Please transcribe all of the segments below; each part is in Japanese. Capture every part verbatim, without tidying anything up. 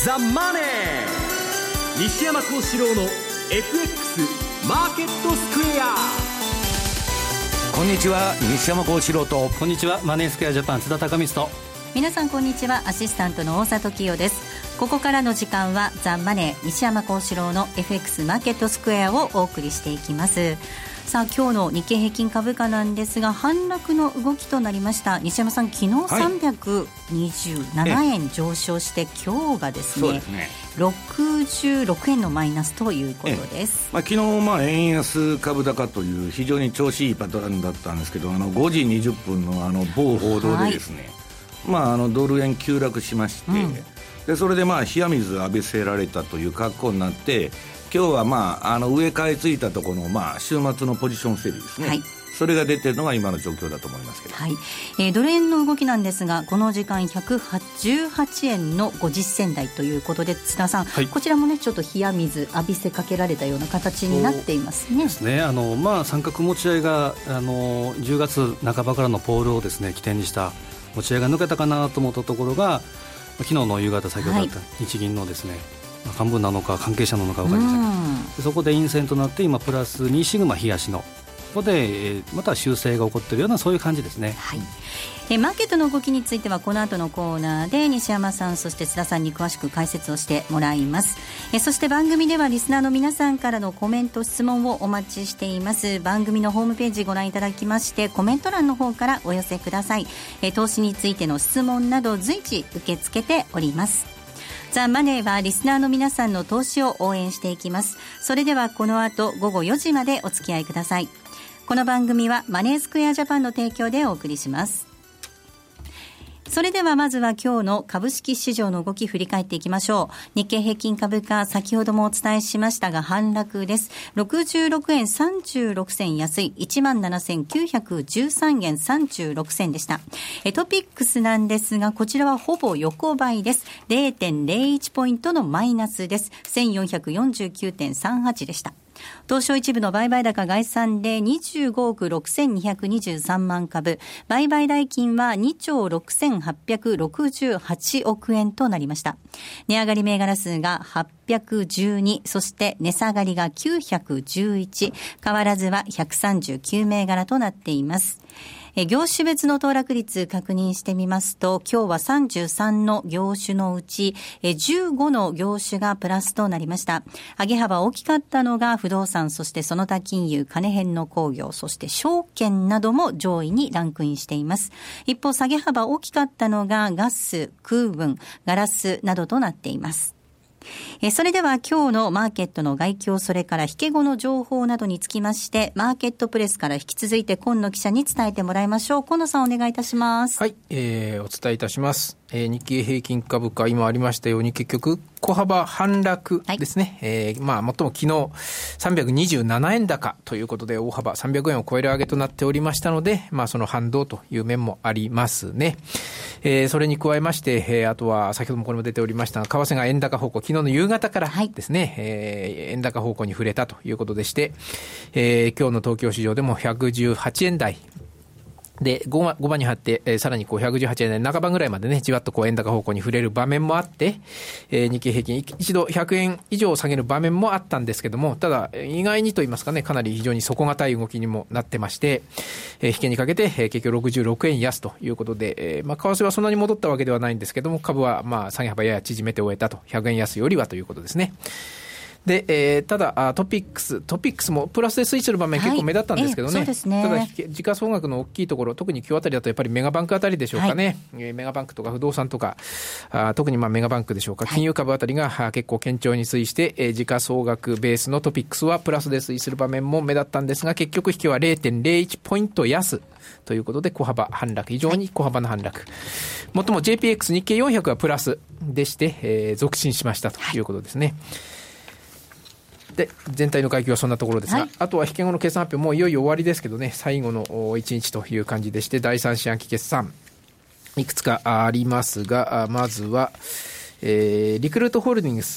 ザ・マネー、西山幸四郎の エフエックス マーケットスクエア。 こんにちは、西山幸四郎と。 こんにちは、マネースクエアジャパン津田貴光と。 皆さんこんにちは、アシスタントの大里清です。ここからの時間はザ・マネー、西山幸四郎の エフエックス マーケットスクエアをお送りしていきます。さあ、今日の日経平均株価なんですが、反落の動きとなりました。西山さん、昨日さんびゃくにじゅうななえん上昇して、今日がですね、そうですね、ろくじゅうろくえんのマイナスということです。 まあ、昨日、まあ、円安株高という非常に調子いいパターンだったんですけど、あのごじにじゅっぷんのあの某報道でですね、はい、まあ、あのドル円急落しまして、うん、でそれでまあ冷や水浴びせられたという格好になって、今日はまああの上買いついたところのまあ週末のポジション整理ですね、はい、それが出てるのが今の状況だと思いますけど、 はい、えー、ドル円の動きなんですが、この時間ひゃくじゅうはちえんのごじゅっせん台ということで、津田さん、はい、こちらもねちょっと冷や水浴びせかけられたような形になっていますね。 ですね、あの、まあ、三角持ち合いがあのじゅうがつなかばからのポールをですね起点にした持ち合いが抜けたかなと思ったところが、昨日の夕方先ほどあった日銀のですね、はい、幹部なのか関係者なのか分かりませんが、そこで陰線となって今プラスにシグマ冷やしの、ここで、えー、また修正が起こっているような、そういう感じですね。 はい、えマーケットの動きについてはこの後のコーナーで西山さん、そして津田さんに詳しく解説をしてもらいます。えそして番組ではリスナーの皆さんからのコメント質問をお待ちしています。番組のホームページご覧いただきまして、コメント欄の方からお寄せください。え投資についての質問など随時受け付けております。ザ・マネーはリスナーの皆さんの投資を応援していきます。それではこの後午後よじまでお付き合いください。この番組はマネースクエアジャパンの提供でお送りします。それではまずは今日の株式市場の動き振り返っていきましょう。日経平均株価、先ほどもお伝えしましたが反落です。ろくじゅうろくえんさんじゅうろくせん安い いちまんななせんきゅうひゃくじゅうさんえんさんじゅうろくせんでした。えトピックスなんですが、こちらはほぼ横ばいです。 れいてんれいいち ポイントのマイナスです。 せんよんひゃくよんじゅうきゅうてんさんはち でした。東証一部の売買高概算でにじゅうごおくろくせんにひゃくにじゅうさんまんかぶ、売買代金はにちょうろくせんはっぴゃくろくじゅうはちおくえんとなりました。値上がり銘柄数がはっぴゃくじゅうに、そして値下がりがきゅうひゃくじゅういち、変わらずはひゃくさんじゅうきゅう銘柄となっています。え業種別の騰落率確認してみますと、今日はさんじゅうさんの業種のうちえじゅうごの業種がプラスとなりました。上げ幅大きかったのが不動産、そしてその他金融、金編の工業、そして証券なども上位にランクインしています。一方、下げ幅大きかったのがガス、空運、ガラスなどとなっています。えそれでは今日のマーケットの概況、それから引け後の情報などにつきまして、マーケットプレスから引き続いて今野記者に伝えてもらいましょう。今野さん、お願いいたします。 はい、えー、お伝えいたします。えー、日経平均株価、今ありましたように結局小幅反落ですね、はい、えー、まあ最も昨日さんびゃくにじゅうななえん高ということで大幅さんびゃくえんを超える上げとなっておりましたので、まあその反動という面もありますね。えー、それに加えまして、えー、あとは先ほどもこれも出ておりましたが、為替が円高方向、昨日の夕方からですね、はい、えー、円高方向に触れたということでして、えー、今日の東京市場でもひゃくじゅうはちえん台で 5, 番, ごばんに張って、えー、さらにこうひゃくじゅうはちえん台半ばぐらいまでね、じわっとこう円高方向に触れる場面もあって、えー、日経平均一度ひゃくえん以上下げる場面もあったんですけども、ただ意外にと言いますかね、かなり非常に底堅い動きにもなってまして、えー、引けにかけて、えー、結局ろくじゅうろくえん安ということで、えー、まあ為替はそんなに戻ったわけではないんですけども、株はまあ下げ幅やや縮めて終えたと、ひゃくえん安よりはということですね。で、えー、ただトピックストピックスもプラスで推移する場面結構目立ったんですけどね、はい、えー、そうですね。ただ時価総額の大きいところ、特に今日あたりだとやっぱりメガバンクあたりでしょうかね、はい、えー、メガバンクとか不動産とか、あ特にまあメガバンクでしょうか、金融株あたりが、はい、結構堅調に推移して、えー、時価総額ベースのトピックスはプラスで推移する場面も目立ったんですが、結局引きは れいてんれいいち ポイント安ということで小幅反落、非常に小幅な反落、はい、もっとも ジェイピーエックス 日経よんひゃくはプラスでして、えー、続伸しましたということですね、はい。で全体の概況はそんなところですが、はい、あとは引け後の決算発表、もういよいよ終わりですけどね、最後のいちにちという感じでして、だいさん四半期決算いくつかありますが、まずは、えー、リクルートホールディングス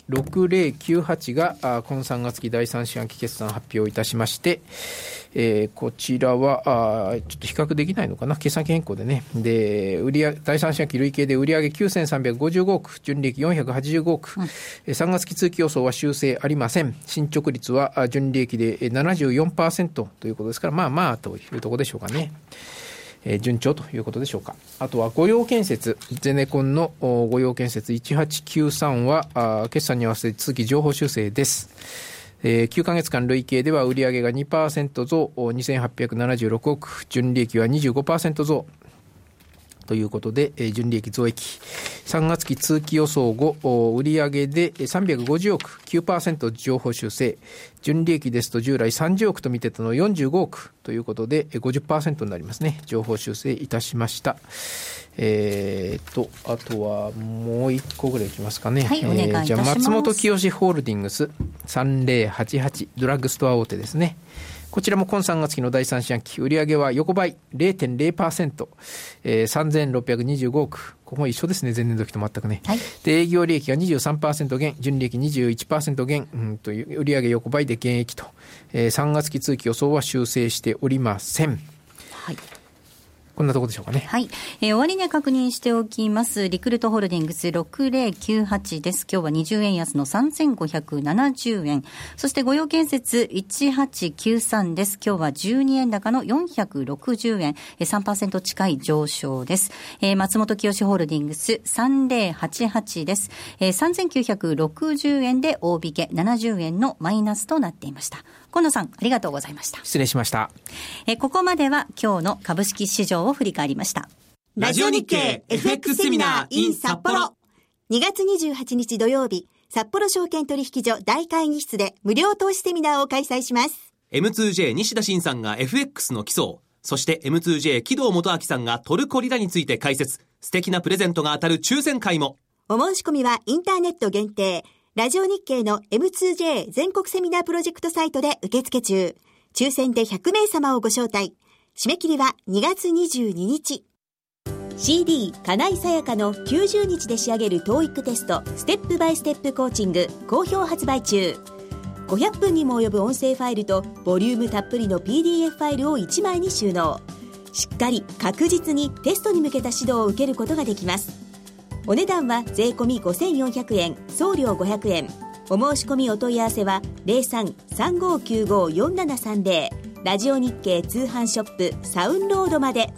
ろくぜろきゅうはちが今さんがつ期第三四半期決算発表いたしまして、えー、こちらはあちょっと比較できないのかな、決算期変更でね。で売上第三四半期累計で売上きゅうせんさんびゃくごじゅうごおく、純利益よんひゃくはちじゅうごおく、うん、さんがつ期通期予想は修正ありません。進捗率は純利益で ななじゅうよんパーセント ということですから、まあまあというところでしょうかね。えー、順調ということでしょうか。あとは御用建設、ゼネコンの御用建設いちはちきゅうさんはあ決算に合わせて通期上方修正です。えー、きゅうかげつかん累計では売上が にパーセント 増にせんはっぴゃくななじゅうろくおく、純利益は にじゅうごパーセント 増ということで、えー、純利益増益、さんがつ期通期予想後売上でさんびゃくごじゅうおく、 きゅうパーセント 上方修正、純利益ですと従来さんじゅうおくと見てたのよんじゅうごおくということで ごじゅっパーセント になりますね。上方修正いたしました。えー、とあとはもう一個ぐらいいきますかね。 はい、お願いいたします。 じゃあ松本清ホールディングスさんぜろはちはち、ドラッグストア大手ですね。こちらも今さんがつ期の第三四半期売上は横ばい れいてんれいパーセント、えー、さんぜんろっぴゃくにじゅうごおく、ここも一緒ですね、前年度期と全くね、はい、で営業利益が にじゅうさんパーセント 減、純利益 にじゅういちパーセント 減、うん、という売上横ばいで減益と、えー、さんがつ期通期予想は修正しておりません。はい、こんなところでしょうかね。 はい、えー、終値確認しておきます。リクルートホールディングスろくぜろきゅうはちです。今日はにじゅうえん安のさんぜんごひゃくななじゅうえん。そして御用建設いちはちきゅうさんです。今日はじゅうにえん高のよんひゃくろくじゅうえん、えー、さんパーセント 近い上昇です。えー、松本清ホールディングスさんぜろはちはちです。えー、さんぜんきゅうひゃくろくじゅうえんで大引けななじゅうえんのマイナスとなっていました。今野さん、ありがとうございました。 失礼しました。 えー、ここまでは今日の株式市場を振り返りました。 ラジオ日経 エフエックス セミナー in 札幌。 にがつにじゅうはちにち土曜日、札幌証券取引所大会議室で無料投資セミナーを開催します。 エムツージェー 西田慎さんが エフエックス の基礎、そして エムツージェー 木戸元明さんがトルコリラについて解説、素敵なプレゼントが当たる抽選会も。 お申し込みはインターネット限定、ラジオ日経の エムツージェー 全国セミナープロジェクトサイトで受付中。抽選でひゃくめいさまをご招待。締め切りはにがつにじゅうににち。シーディー 金井さやかのきゅうじゅうにちで仕上げる トーイック テストステップバイステップコーチング好評発売中。ごひゃっぷんにも及ぶ音声ファイルとボリュームたっぷりの ピーディーエフ ファイルをいちまいに収納。しっかり確実にテストに向けた指導を受けることができます。お値段は税込みごせんよんひゃくえん、送料ごひゃくえん。お申し込みお問い合わせは ゼロさん さんごきゅうご よんななさんゼロ ラジオ日経通販ショップサウンロードまで。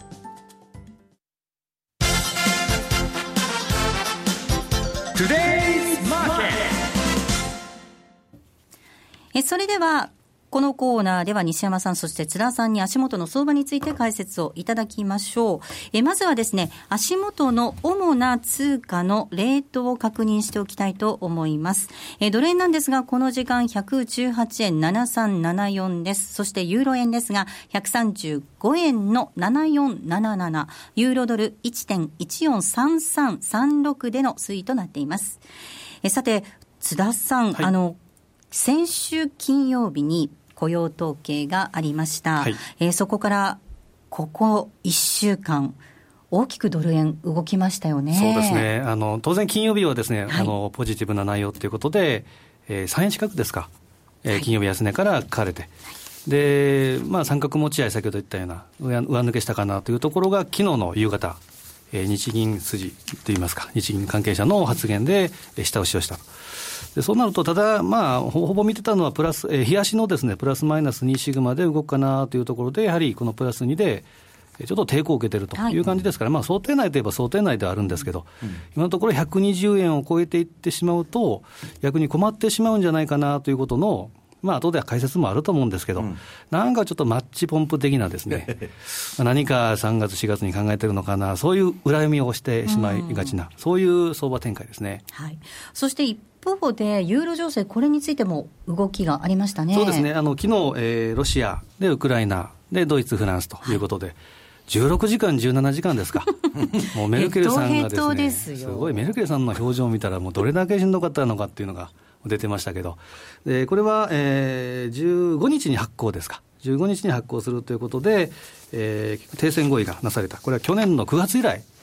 えそれではこのコーナーでは西山さんそして津田さんに足元の相場について解説をいただきましょう。えまずはですね、足元の主な通貨のレートを確認しておきたいと思います。えドル円なんですがこの時間ひゃくじゅうはちえんななさんななよんです。そしてユーロ円ですがひゃくさんじゅうごえんのななよんなななな、ユーロドル いちてんいちよんさんさんさんろく での推移となっています。えさて津田さん、はい、あの先週金曜日に雇用統計がありました、はい、えー、そこからここいっしゅうかん大きくドル円動きましたよね。 そうですね、あの当然金曜日はですね、はい、あのポジティブな内容ということで、えー、さんえん近くですか、えー、金曜日安値から買われて、はい、でまあ、三角持ち合い先ほど言ったような 上, 上抜けしたかなというところが昨日の夕方、えー、日銀筋といいますか日銀関係者の発言で、えー、下押しをしたと。でそうなるとただ、まあ、ほぼほぼ見てたのはプラス、えー、日足のですねプラスマイナスにシグマで動くかなというところでやはりこのプラスにでちょっと抵抗を受けているという感じですから、はい、まあ、想定内といえば想定内ではあるんですけど、うん、今のところひゃくにじゅうえんを超えていってしまうと逆に困ってしまうんじゃないかなということの、まあ後では解説もあると思うんですけど、うん、なんかちょっとマッチポンプ的なですね何かさんがつしがつに考えてるのかな、そういう裏読みをしてしまいがちな、うん、そういう相場展開ですね。 はい、そして一方でユーロ情勢、これについても動きがありましたね。 そうですね、あの昨日、えー、ロシアでウクライナでドイツフランスということで、はい、じゅうろくじかんじゅうななじかんですかもうメルケルさんがですねすごいメルケルさんの表情を見たらもうどれだけしんどかったのかっていうのが出てましたけど、でこれは、えー、じゅうごにちに発行ですか、じゅうごにちに発行するということで、えー、停戦合意がなされた。これは去年のくがつ以来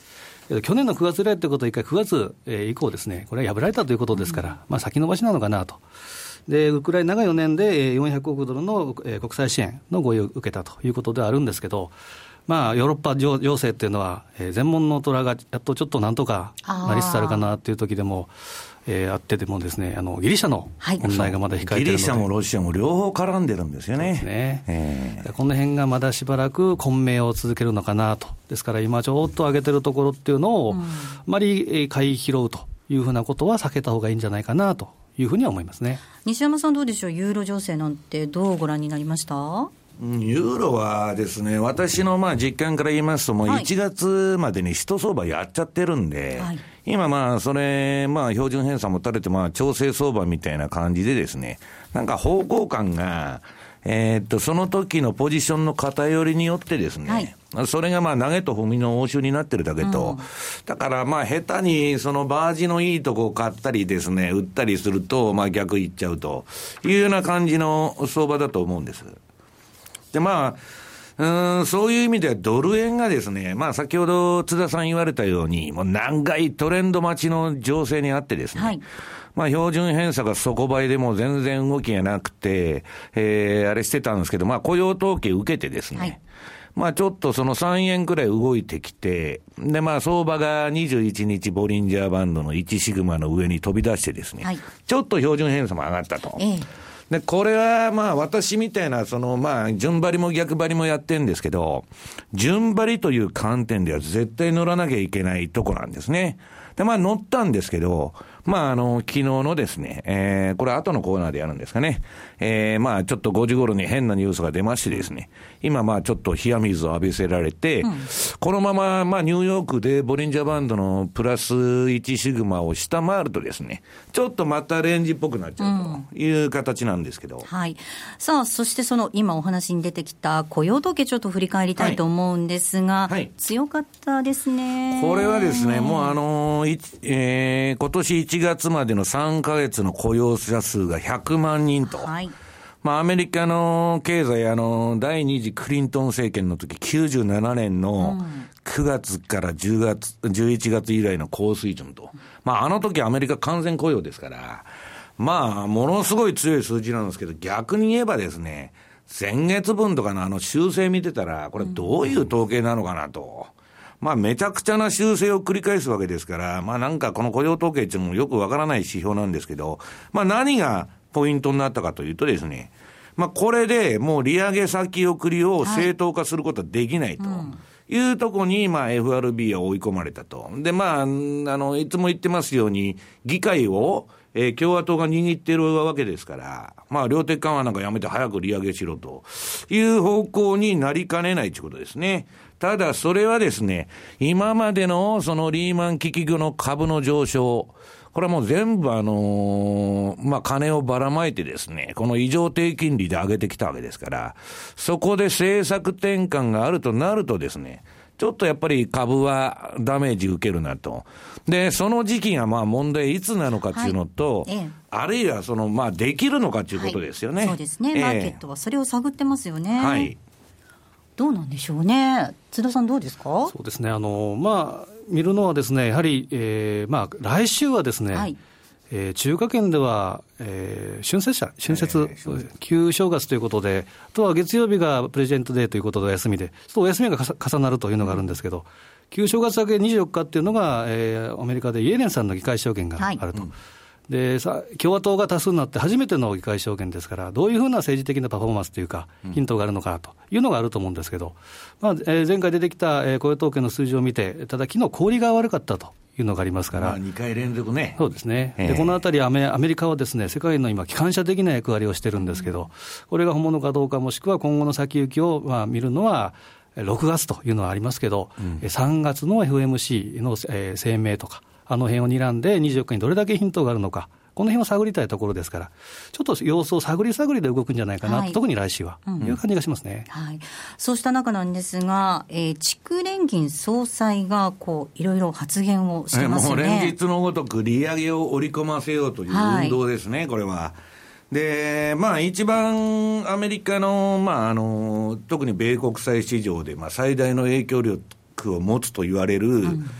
去年のくがつ以来ということは、一回くがつ以降ですね、これは破られたということですから、うん、まあ、先延ばしなのかなと。でウクライナがよねんでよんひゃくおくドルの国際支援の合意を受けたということではあるんですけど、まあ、ヨーロッパ情勢っていうのは、えー、全門の虎がやっとちょっとなんとかなりつつあるかなという時でも、えー、あってでもですね、あのギリシャの問題がまだ控えているので、 ギリシャもロシアも両方絡んでるんですよね。 そうですね、えー、この辺がまだしばらく混迷を続けるのかなと。ですから今ちょっと上げてるところっていうのを、うん、あまり買い拾うというふうなことは避けた方がいいんじゃないかなというふうには思いますね。 西山さんどうでしょう、ユーロ情勢なんてどうご覧になりました？ ユーロはですね、私のまあ実感から言いますと、もういちがつまでに一相場やっちゃってるんで、はい、今まあそれ、まあ標準偏差も垂れて、まあ調整相場みたいな感じでですね、なんか方向感が、えー、っと、その時のポジションの偏りによってですね、はい、それがまあ投げと踏みの応酬になってるだけと、うん、だからまあ下手にそのバージのいいとこを買ったりですね、売ったりすると、まあ逆いっちゃうというような感じの相場だと思うんです。でまあ、うーん、そういう意味ではドル円がですね、まあ先ほど津田さん言われたように、もう長いトレンド待ちの情勢にあってですね、はい、まあ標準偏差が底倍でもう全然動きがなくて、えー、あれしてたんですけど、まあ雇用統計受けてですね、はい、まあちょっとそのさんえんくらい動いてきて、でまあ相場がにじゅういちにちボリンジャーバンドのいちシグマの上に飛び出してですね、はい、ちょっと標準偏差も上がったと。ええ、で、これはまあ私みたいなそのまあ順張りも逆張りもやってるんですけど、順張りという観点では絶対乗らなきゃいけないとこなんですね。でまあ乗ったんですけど、まああの昨日のですね、えー、これ後のコーナーでやるんですかね、えー、まあちょっとごじ頃に変なニュースが出ましてですね、今まあちょっと冷や水を浴びせられて、うん、このまままあニューヨークでボリンジャーバンドのプラスいちシグマを下回るとですね、ちょっとまたレンジっぽくなっちゃうという形なんですけど、うん、 はい。さあそしてその今お話に出てきた雇用統計ちょっと振り返りたいと思うんですが、はいはい、強かったですね。 これはですね、もうあのーえー、今年いちがつまでのさんかげつの雇用者数がひゃくまんにんと、はい、まあアメリカの経済、あの第二次クリントン政権の時きゅうじゅうななねんのくがつからじゅうがつ、じゅういちがつ以来の高水準と、まああの時アメリカ完全雇用ですから、まあものすごい強い数字なんですけど、逆に言えばですね、先月分とかのあの修正見てたら、これどういう統計なのかなと。まあめちゃくちゃな修正を繰り返すわけですから、まあなんかこの雇用統計っていうのもよくわからない指標なんですけど、まあ何がポイントになったかというとですね、まあこれでもう利上げ先送りを正当化することはできないと。はい、うんいうとこに、まあ エフアールビー は追い込まれたと。で、まあ、あの、いつも言ってますように、議会を、えー、共和党が握っているわけですから、まあ、量的緩和なんかやめて早く利上げしろという方向になりかねないということですね。ただ、それはですね、今までのそのリーマン危機後の株の上昇、これはもう全部あのー、まあ、金をばらまいてですね、この異常低金利で上げてきたわけですから、そこで政策転換があるとなるとですね、ちょっとやっぱり株はダメージ受けるなと。で、その時期がまあ問題いつなのかっていうのと、はいええ、あるいはそのまあできるのかっていうことですよね。はい、 そうですね、マーケットはそれを探ってますよね。 えー、はい。 どうなんでしょうね。津田さんどうですか？ そうですね、あのまあ見るのはですね、やはり、えー、まあ来週はですね、はい、えー、中華圏では、えー、春節者、春節、えー、旧正月ということで、あとは月曜日がプレジデントデーということでお休みで、ちょっとお休みが重なるというのがあるんですけど、旧正月明けにじゅうよっかっていうのが、えー、アメリカでイエレンさんの議会証言があると。はい、うん、でさ共和党が多数になって初めての議会証言ですから、どういうふうな政治的なパフォーマンスというか、ヒントがあるのかというのがあると思うんですけど、まあえー、前回出てきた、えー、雇用統計の数字を見て、ただ、昨日、小売りが悪かったというのがありますから、まあ、 にかい連続ね。 そうですね、えー、でこのあたりアメ、アメリカはですね、世界の今、機関車的な役割をしてるんですけど、これが本物かどうか、もしくは今後の先行きを、まあ、見るのは、ろくがつというのはありますけど、うん、さんがつの エフエムシー の、えー、声明とか、あの辺を睨んで、にじゅうよっかにどれだけヒントがあるのか。この辺を探りたいところですから、ちょっと様子を探り探りで動くんじゃないかな、はい、特に来週は、うん、いう感じがしますね。 はい、そうした中なんですが、えー、筑連銀総裁がこういろいろ発言をしてますよね。 もう連日のごとく利上げを織り込ませようという運動ですね、はい、これは。で、まあ一番アメリカの、まああの、特に米国債市場で、まあ最大の影響力を持つと言われる、うん、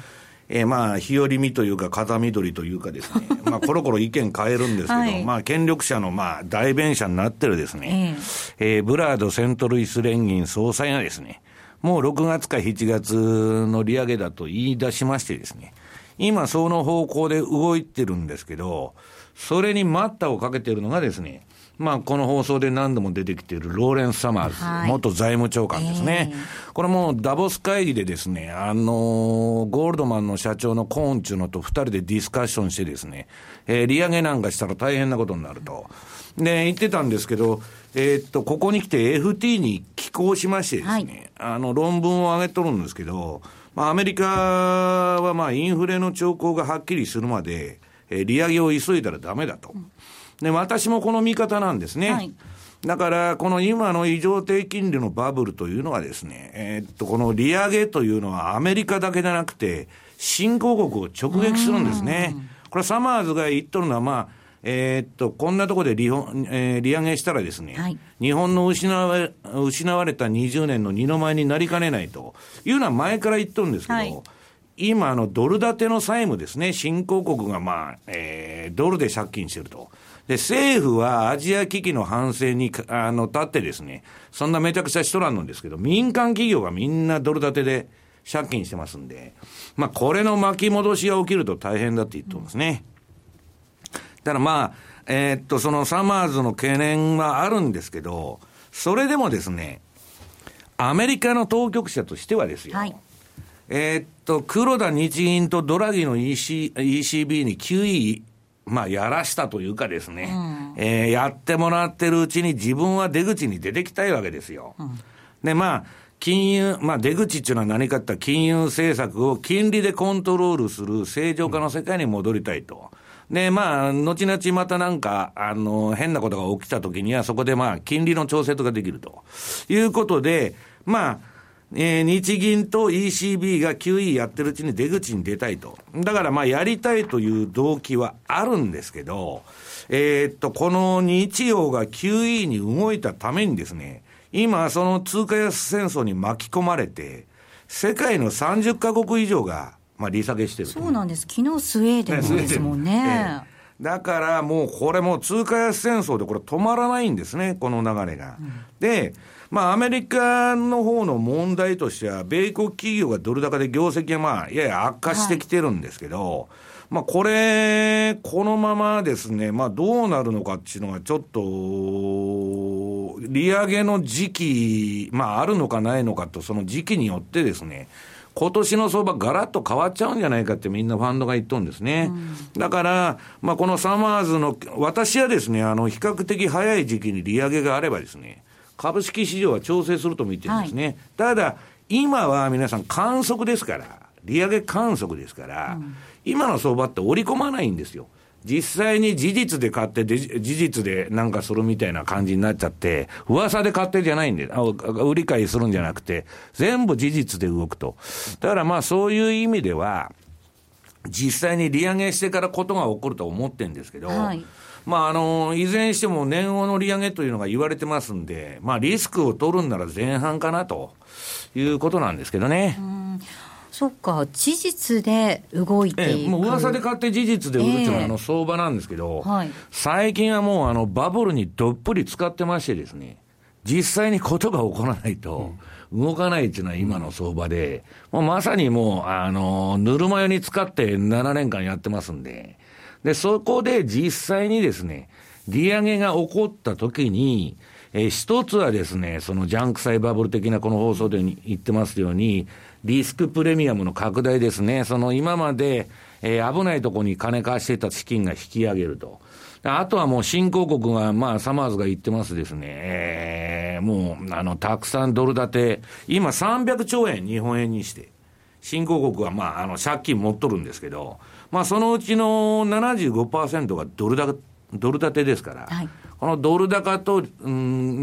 えー、まあ日和見というか風緑というかですねまあコロコロ意見変えるんですけど、はい、まあ権力者のまあ代弁者になってるですね、えーえー、ブラードセントルイス連銀総裁がですね、もうろくがつかしちがつの利上げだと言い出しましてですね、今その方向で動いてるんですけど、それに待ったをかけてるのがですね、まあこの放送で何度も出てきているローレンス・サマーズ、はい、元財務長官ですね、えー、これもダボス会議でですね、あのー、ゴールドマンの社長のコーンチュのと二人でディスカッションしてですね、えー、利上げなんかしたら大変なことになるとで言ってたんですけど、えー、っとここに来て エフティー に寄稿しましてですね、はい、あの論文を上げとるんですけど、まあ、アメリカはまあインフレの兆候がはっきりするまで、えー、利上げを急いだらダメだと、うんで私もこの見方なんですね、はい、だからこの今の異常低金利のバブルというのはですね、えー、っとこの利上げというのはアメリカだけじゃなくて新興国を直撃するんですね。これサマーズが言っとるのはまあえー、っとこんなところで利、えー、利上げしたらですね、はい、日本の失われ、失われたにじゅうねんの二の舞になりかねないというのは前から言っとるんですけど、はい、今あのドル建ての債務ですね、新興国がまあ、えー、ドルで借金してると。で、政府はアジア危機の反省に、あの、立ってですね、そんなめちゃくちゃしとらんのですけど、民間企業がみんなドル建てで借金してますんで、まあ、これの巻き戻しが起きると大変だって言ってますね。だからまあ、えー、っと、そのサマーズの懸念はあるんですけど、それでもですね、アメリカの当局者としてはですよ、はい、えー、っと、黒田日銀とドラギの イーシー、イーシービー に キューイー、まあ、やらしたというかですね、うん、えー、やってもらってるうちに自分は出口に出てきたいわけですよ。うん、で、まあ、金融、まあ、出口っていうのは何かって言ったら金融政策を金利でコントロールする正常化の世界に戻りたいと。で、まあ、後々またなんか、あの、変なことが起きた時にはそこでまあ、金利の調整とかできるということで、まあ、えー、日銀と イーシービー が キューイー やってるうちに出口に出たいと。だからまあやりたいという動機はあるんですけど、えー、っと、この日曜が キューイー に動いたためにですね、今その通貨安戦争に巻き込まれて、世界のさんじゅっかこく以上がまあ利下げしてる。 そうなんです。昨日スウェーデンですもんね。 えー、だからもうこれも通貨安戦争でこれ止まらないんですね、この流れが。うん、で、まあ、アメリカの方の問題としては、米国企業がドル高で業績がまあ、やや悪化してきてるんですけど、はい、まあ、これ、このままですね、まあ、どうなるのかっていうのが、ちょっと、利上げの時期、まあ、あるのかないのかと、その時期によってですね、今年の相場ガラッと変わっちゃうんじゃないかってみんなファンドが言っとるんですね。うん、だから、まあ、このサマーズの、私はですね、あの、比較的早い時期に利上げがあればですね、株式市場は調整すると見てるんですね。はい、ただ、今は皆さん観測ですから、利上げ観測ですから、うん、今の相場って織り込まないんですよ。実際に事実で買ってで、事実でなんかするみたいな感じになっちゃって、噂で買ってじゃないんで、あ売り買いするんじゃなくて、全部事実で動くと。だからまあそういう意味では、実際に利上げしてからことが起こると思ってるんですけど、はい、まあ、あの、いずれにしても年後の利上げというのが言われてますんで、まあ、リスクを取るんなら前半かなということなんですけどね。 うん、そっか、事実で動いていく。 ええ、もう噂で買って事実で売るっていうのはあの相場なんですけど、えーはい、最近はもうあのバブルにどっぷり使ってましてですね、実際にことが起こらないと動かないっていうのは今の相場で、もうまさにもう、あの、ぬるま湯に使ってななねんかんやってますんで、で、そこで実際にですね、利上げが起こった時に、えー、一つはですね、そのジャンク債バブル的なこの放送で言ってますように、リスクプレミアムの拡大ですね。その今まで、えー、危ないところに金貸していた資金が引き上げると。あとはもう新興国が、まあ、サマーズが言ってますですね、えー、もう、あの、たくさんドル建て、今さんびゃくちょうえん日本円にして、新興国はまあ、あの、借金持っとるんですけど、まあ、そのうちの ななじゅうごパーセント がドル高、ドル建てですから、はい、このドル高と、うん、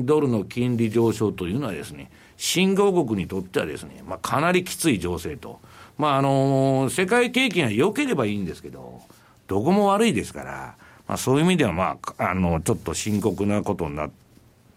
ドルの金利上昇というのはですね、新興国にとってはですね、まあ、かなりきつい情勢と。まあ、あのー、世界景気が良ければいいんですけど、どこも悪いですから、まあ、そういう意味では、まあ、あの、ちょっと深刻なことになって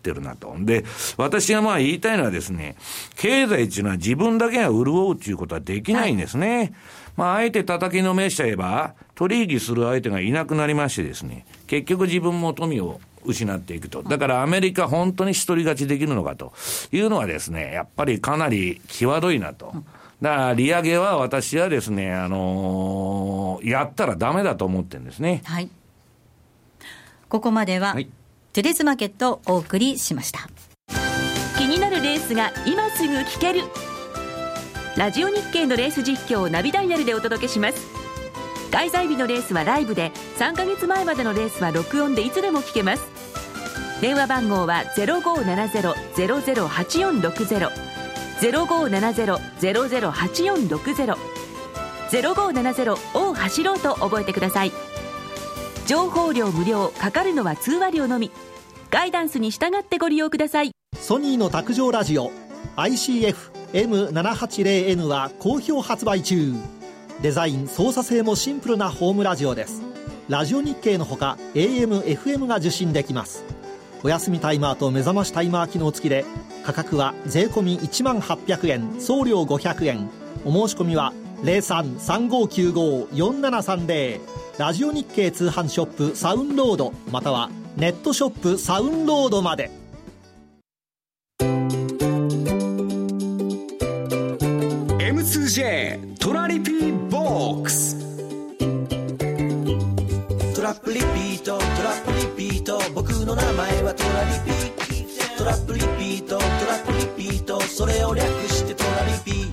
ってるなと。で、私がまあ言いたいのはですね、経済っていうのは自分だけが潤うっていうことはできないんですね。はい、まあ、あえて叩きのめしちゃえば、取引する相手がいなくなりましてですね、結局自分も富を失っていくと。だからアメリカ本当に一人勝ちできるのかというのはですね、やっぱりかなり際どいなと。だから利上げは私はですね、あのー、やったらダメだと思ってるんですね。 はい。ここまでは、はい、トゥデイズマーケットをお送りしました。 気になるレースが今すぐ聞ける。ラジオ日経のレース実況をナビダイヤルでお届けします。開催日のレースはライブで、さんかげつまえまでのレースは録音でいつでも聞けます。電話番号は ゼロごーななゼロ ゼロゼロはちよんろくゼロ ゼロごーななゼロ ゼロゼロはちよんろくゼロ ゼロごーななゼロを走ろうと覚えてください。情報料無料、かかるのは通話料のみ。ガイダンスに従ってご利用ください。 ソニーの卓上ラジオ アイシーエフエムななはちゼロエヌ は好評発売中。デザイン操作性もシンプルなホームラジオです。ラジオ日経のほか エーエム、エフエム が受信できます。お休みタイマーと目覚ましタイマー機能付きで、価格は税込みいちまんはっぴゃくえん、送料ごひゃくえん。お申し込みは ゼロさん さんごきゅうご よんななさんゼロ ラジオ日経通販ショップサウンロード、またはネットショップサウンロードまで。 エムツージェー トラリピーボックス。 トラップリピート、トラップリピート、僕の名前はトラリピ。トラップリピート、トラップリピート、それを略してトラリピ。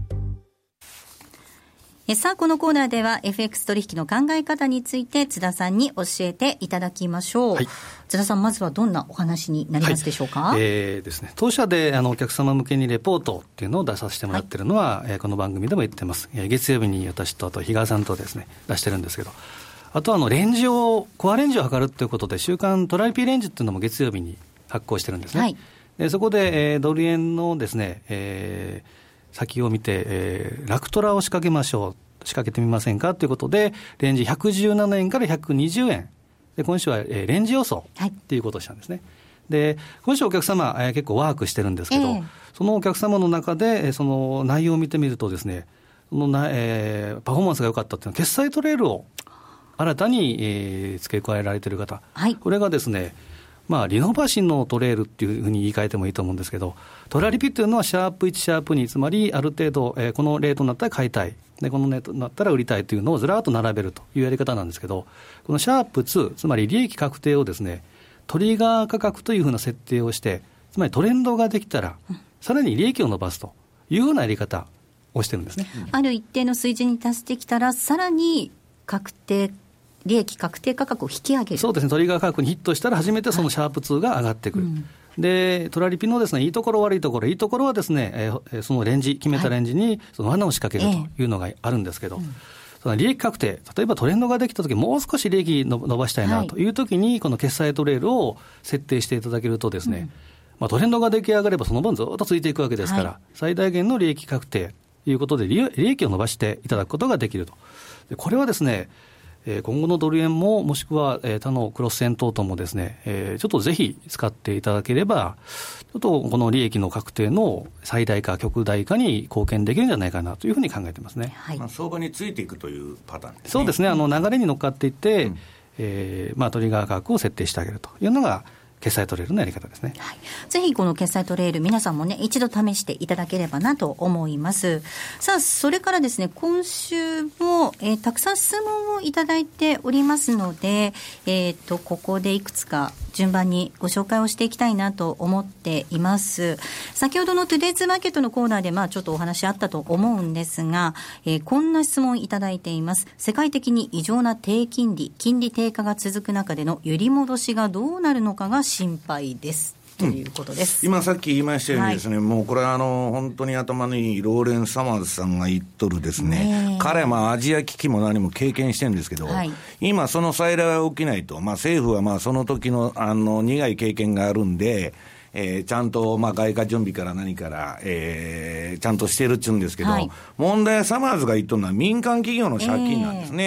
えさあ、このコーナーでは エフエックス 取引の考え方について津田さんに教えていただきましょう。はい、津田さん、まずはどんなお話になりますでしょうか。 はい、えーですね、当社であのお客様向けにレポートっていうのを出させてもらっているのは、はい、えー、この番組でも言ってます。えー、月曜日に私とあと日川さんとですね出してるんですけど、あとはあのレンジをコアレンジを測るということで週間トラリピーレンジっていうのも月曜日に発行してるんですね。はい、でそこで、えー、ドル円のですね、えー、先を見て、えー、ラクトラを仕掛けましょう、仕掛けてみませんかということで、レンジひゃくじゅうななえんからひゃくにじゅうえんで、今週は、えー、レンジ予想ということをしたんですね。はい、で今週お客様、えー、結構ワークしてるんですけど、えー、そのお客様の中で、えー、その内容を見てみるとですね、そのな、えー、パフォーマンスが良かったというのは決済トレールを新たに、えー、付け加えられている方、はい、これがですね、まあ、リノバシンのトレールっていうふうに言い換えてもいいと思うんですけど、トラリピというのはシャープいち、シャープに、つまりある程度、えー、このレートになったら買いたいで、このレートになったら売りたいというのをずらっと並べるというやり方なんですけど、このシャープに、つまり利益確定をですね、トリガー価格というふうな設定をして、つまりトレンドができたら、うん、さらに利益を伸ばすというふうなやり方をしてるんですね。 ある一定の水準に達してきたら、さらに確定利益確定価格を引き上げる。 そうですね、トリガー価格にヒットしたら初めてそのシャープにが上がってくる。はい、うん、でトラリピのですね、いいところ悪いところ、いいところはですね、えー、そのレンジ決めたレンジにその罠を仕掛けるというのがあるんですけど、えーうん、その利益確定、例えばトレンドができたとき、もう少し利益伸ばしたいなというときに、はい、この決済トレールを設定していただけるとですね、うん、まあ、トレンドが出来上がればその分ずっと続いていくわけですから、はい、最大限の利益確定ということで利益を伸ばしていただくことができると。でこれはですね、今後のドル円ももしくは他のクロス線等々もですね、ちょっとぜひ使っていただければ、ちょっとこの利益の確定の最大化極大化に貢献できるんじゃないかなというふうに考えてますね。 はい、まあ、相場についていくというパターンですね。 そうですね、あの流れに乗っかっていって、うん、えーまあ、トリガー価格を設定してあげるというのが決済トレールのやり方ですね。 はい、ぜひこの決済トレール皆さんもね一度試していただければなと思います。さあ、それからですね、今週も、えー、たくさん質問をいただいておりますので、えー、とここでいくつか順番にご紹介をしていきたいなと思っています。先ほどのトゥデイズマーケットのコーナーでまあちょっとお話あったと思うんですが、えー、こんな質問いただいています。世界的に異常な低金利金利低下が続く中での揺り戻しがどうなるのかが心配ですということです。 うん、今さっき言いましたようにですね、はい、もうこれはあの本当に頭のいいローレン・サマーズさんが言っとるですね、ね、彼はまあアジア危機も何も経験してるんですけど、はい、今その再来は起きないと、まあ、政府はまあその時のあの苦い経験があるんで、えー、ちゃんとまあ外貨準備から何から、えー、ちゃんとしてるっちゅうんですけど、はい、問題はサマーズが言っとるのは民間企業の借金なんですね。えー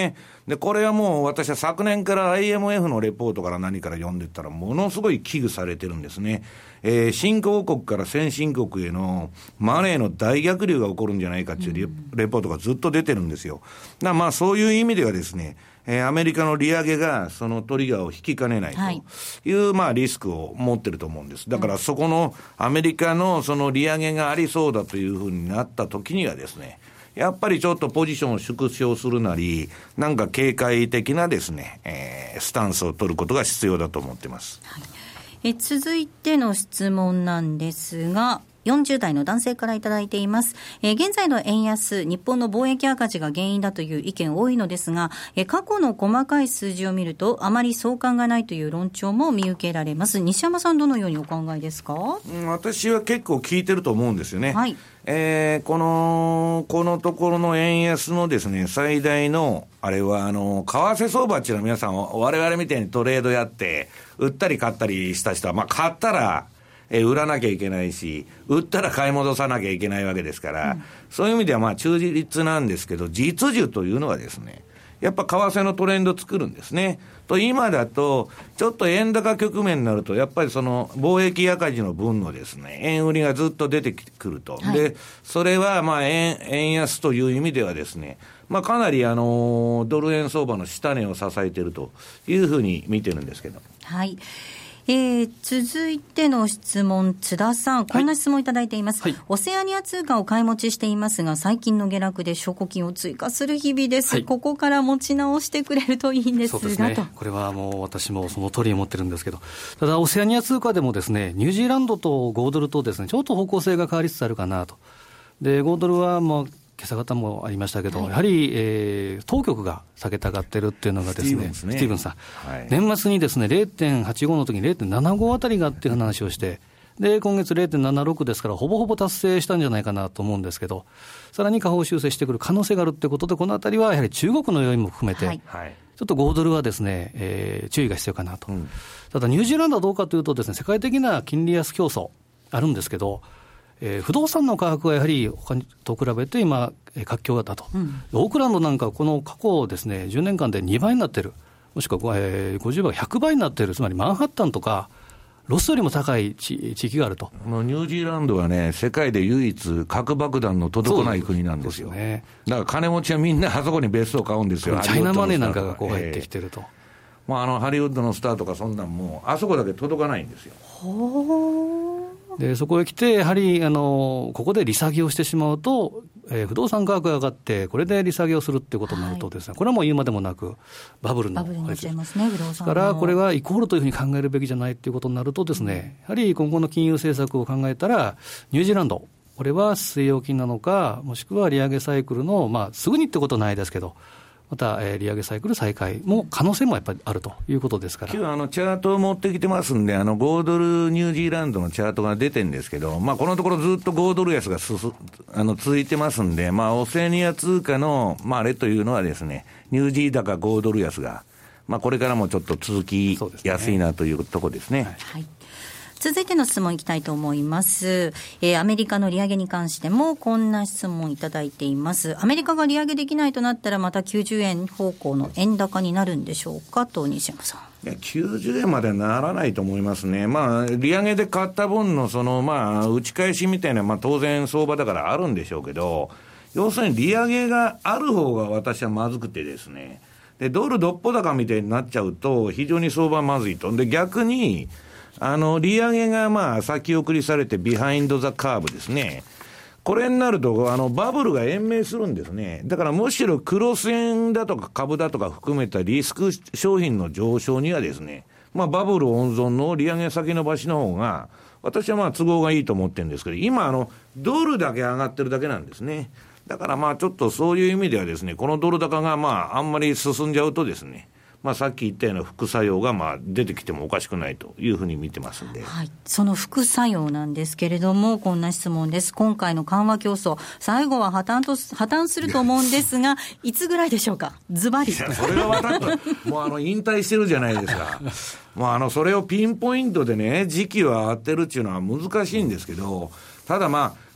でこれはもう私は昨年から アイエムエフ のレポートから何から読んでったらものすごい危惧されてるんですね。えー、新興国から先進国へのマネーの大逆流が起こるんじゃないかっていうレ、うん、レポートがずっと出てるんですよ。だからまあそういう意味ではですね、えー、アメリカの利上げがそのトリガーを引きかねないという、はい、まあリスクを持ってると思うんです。だからそこのアメリカのその利上げがありそうだというふうになった時にはですね、やっぱりちょっとポジションを縮小するなり、なんか警戒的なですね、えー、スタンスを取ることが必要だと思っています。 はい、え続いての質問なんですが、よんじゅう代の男性からいただいています。えー、現在の円安、日本の貿易赤字が原因だという意見多いのですが、えー、過去の細かい数字を見るとあまり相関がないという論調も見受けられます。西山さん、どのようにお考えですか？ うん、私は結構聞いてると思うんですよね。 はい、 えー、このこのところの円安のですね、最大のあれはあの為替相場っていうのは、皆さん我々みたいにトレードやって売ったり買ったりした人は、まあ買ったらえ売らなきゃいけないし、売ったら買い戻さなきゃいけないわけですから、うん、そういう意味ではまあ中立なんですけど、実需というのはですね、やっぱ為替のトレンド作るんですね。と今だとちょっと円高局面になると、やっぱりその貿易赤字の分のですね、円売りがずっと出てくると、はい、でそれはまあ 円, 円安という意味ではですね、まあ、かなりあのドル円相場の下値を支えているというふうに見てるんですけど。 はい、えー、続いての質問、津田さん、こんな質問いただいています、はいはい、オセアニア通貨を買い持ちしていますが、最近の下落で証拠金を追加する日々です、はい、ここから持ち直してくれるといいんですが。 そうですね、これはもう私もその通りに思ってるんですけど、ただオセアニア通貨でもですね、ニュージーランドとごドルとですね、ちょっと方向性が変わりつつあるかなと。でごドルはもう今朝方もありましたけど、はい、やはり、えー、当局が下げたがってるっていうのがですね、スティーブンさん、はい、年末にですね れいてんはちご の時に れいてんななご あたりがっていう話をして、で今月 れいてんななろく ですから、ほぼほぼ達成したんじゃないかなと思うんですけど、さらに下方修正してくる可能性があるってことで、このあたりはやはり中国の要因も含めて、はい、ちょっとごドルはですね、えー、注意が必要かなと、うん、ただニュージーランドはどうかというとですね、世界的な金利安競争あるんですけど、えー、不動産の価格はやはり他と比べて今活況だと、うん、オークランドなんかこの過去ですねじゅうねんかんでにばいになってる、もしくは、えー、ごじゅうばいひゃくばいになってる、つまりマンハッタンとかロスよりも高い地域があると。 ニュージーランドはね、世界で唯一核爆弾の届かない国なんですよ。そうですね、だから金持ちはみんなあそこに別荘買うんですよ。 チャイナマネーなんかがこう入ってきてると、 えーまあ、あのハリウッドのスターとかそんなんもあそこだけ届かないんですよ。 ほーでそこへ来て、やはりあのここで利下げをしてしまうと、えー、不動産価格が上がって、これで利下げをするっていうことになるとですね、はい、これはもう言うまでもなく、バブルのバブルになっちゃいますね、不動産だからこれはイコールというふうに考えるべきじゃないということになるとですね、やはり今後の金融政策を考えたら、ニュージーランド、これは据え置きなのか、もしくは利上げサイクルの、まあ、すぐにってことはないですけど、また、えー、利上げサイクル再開も可能性もやっぱりあるということですから。 今日あのチャートを持ってきてますんで、あのごドルニュージーランドのチャートが出てるんですけど、まあ、このところずっとごドル安がすすあの続いてますんで、まあ、オセアニア通貨の、まあ、あれというのはですね、ニュージー高ごドル安が、まあ、これからもちょっと続きやすいなというところですね。 はい、続いての質問いきたいと思います、えー、アメリカの利上げに関してもこんな質問いただいています。アメリカが利上げできないとなったら、またきゅうじゅうえん方向の円高になるんでしょうかと、西山さん。 いやきゅうじゅうえんまではならないと思いますね。まあ、利上げで買った分のその、まあ、打ち返しみたいな、まあ、当然相場だからあるんでしょうけど、要するに利上げがある方が私はまずくてですね、でドルどっぽ高みたいになっちゃうと非常に相場まずいと。で逆にあの利上げがまあ先送りされてビハインドザカーブですね、これになるとあのバブルが延命するんですね。だからむしろクロス円だとか株だとか含めたリスク商品の上昇にはですね、まあ、バブル温存の利上げ先延ばしの方が私はまあ都合がいいと思ってるんですけど、今あのドルだけ上がってるだけなんですね。だからまあちょっとそういう意味ではですね、このドル高がまああんまり進んじゃうとですね、まあ、さっき言ったような副作用がまあ出てきてもおかしくないというふうに見てますんで、 はい、その副作用なんですけれども、こんな質問です。今回の緩和競争、最後は破綻と破綻すると思うんですが、いつぐらいでしょうか、ズバリ。 それが分かったもうあの引退してるじゃないですかもうあのそれをピンポイントでね、時期は当てるっていうのは難しいんですけど、ただまあ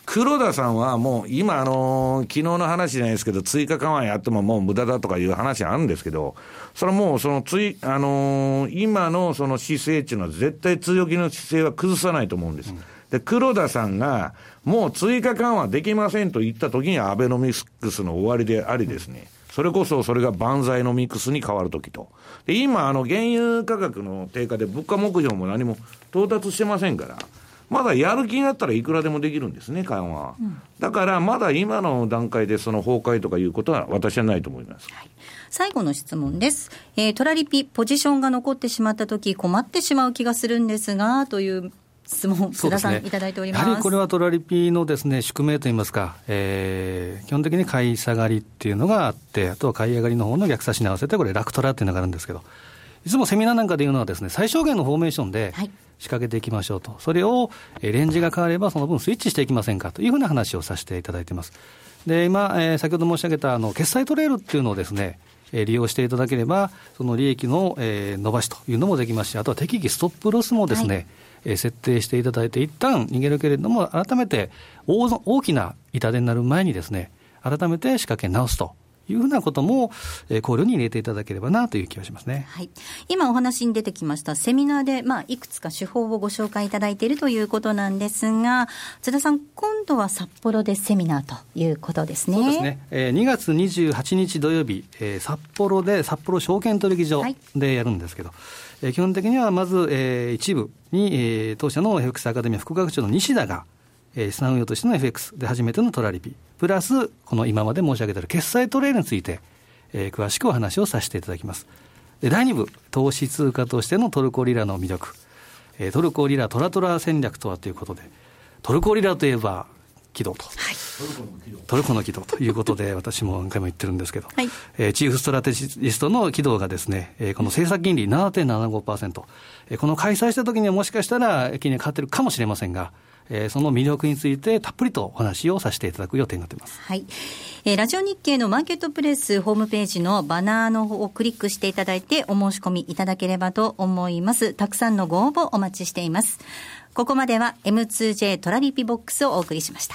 黒田さんはもう今、あのー、昨日の話じゃないですけど、追加緩和やってももう無駄だとかいう話あるんですけど、それはもうそのつい、あのー、今のその姿勢っていうのは絶対強気の姿勢は崩さないと思うんです。うん、で、黒田さんがもう追加緩和できませんと言った時にアベノミクスの終わりでありですね、それこそそれが万歳のミクスに変わる時と。で、今、あの、原油価格の低下で物価目標も何も到達してませんから、まだやる気になったらいくらでもできるんですね、緩和は。うん、だからまだ今の段階でその崩壊とかいうことは私はないと思います。はい、 最後の質問です。えー、トラリピポジションが残ってしまったとき困ってしまう気がするんですがという質問、須田さんいただいております。 やはりこれはトラリピのですね、宿命といいますか、えー、基本的に買い下がりっていうのがあって、あとは買い上がりの方の逆差しに合わせてこれラクトラっていうのがあるんですけど、いつもセミナーなんかで言うのはですね、最小限のフォーメーションで仕掛けていきましょうと、はい、それをレンジが変わればその分スイッチしていきませんかというふうな話をさせていただいています。で、今、えー、先ほど申し上げたあの決済トレールっていうのをですね、えー、利用していただければその利益の、えー、伸ばしというのもできますし、あとは適宜ストップロスもですね、はい、えー、設定していただいて一旦逃げるけれども改めて 大, 大きな痛手になる前にですね、改めて仕掛け直すというふうなことも考慮に入れていただければなという気がしますね。 はい、今お話に出てきましたセミナーで、まあ、いくつか手法をご紹介いただいているということなんですが、津田さん、今度は札幌でセミナーということですね。 そうですね、えー、にがつにじゅうはちにち土曜日、えー、札幌で札幌証券取引所でやるんですけど、はい、えー、基本的にはまず、えー、一部に、えー、当社の エフエックス アカデミア副学長の西田がえー、資産運用としての エフエックス で初めてのトラリピプラスこの今まで申し上げている決済トレールについて、えー、詳しくお話をさせていただきます。で、だいに部投資通貨としてのトルコリラの魅力、えー、トルコリラトラトラ戦略とはということで、トルコリラといえば軌道と、はい、トルコの軌道ということで私も何回も言ってるんですけど、はい、えー、チーフストラテジストの軌道がですね、えー、この政策金利 ななてんななごパーセント、えー、この開催した時にはもしかしたら金利が変わってるかもしれませんが、えー、その魅力についてたっぷりとお話をさせていただく予定になっています。 はい、えー、ラジオ日経のマーケットプレスホームページのバナーの方をクリックしていただいてお申し込みいただければと思います。たくさんのご応募お待ちしています。ここまでは エムツージェー トラリピボックスをお送りしました。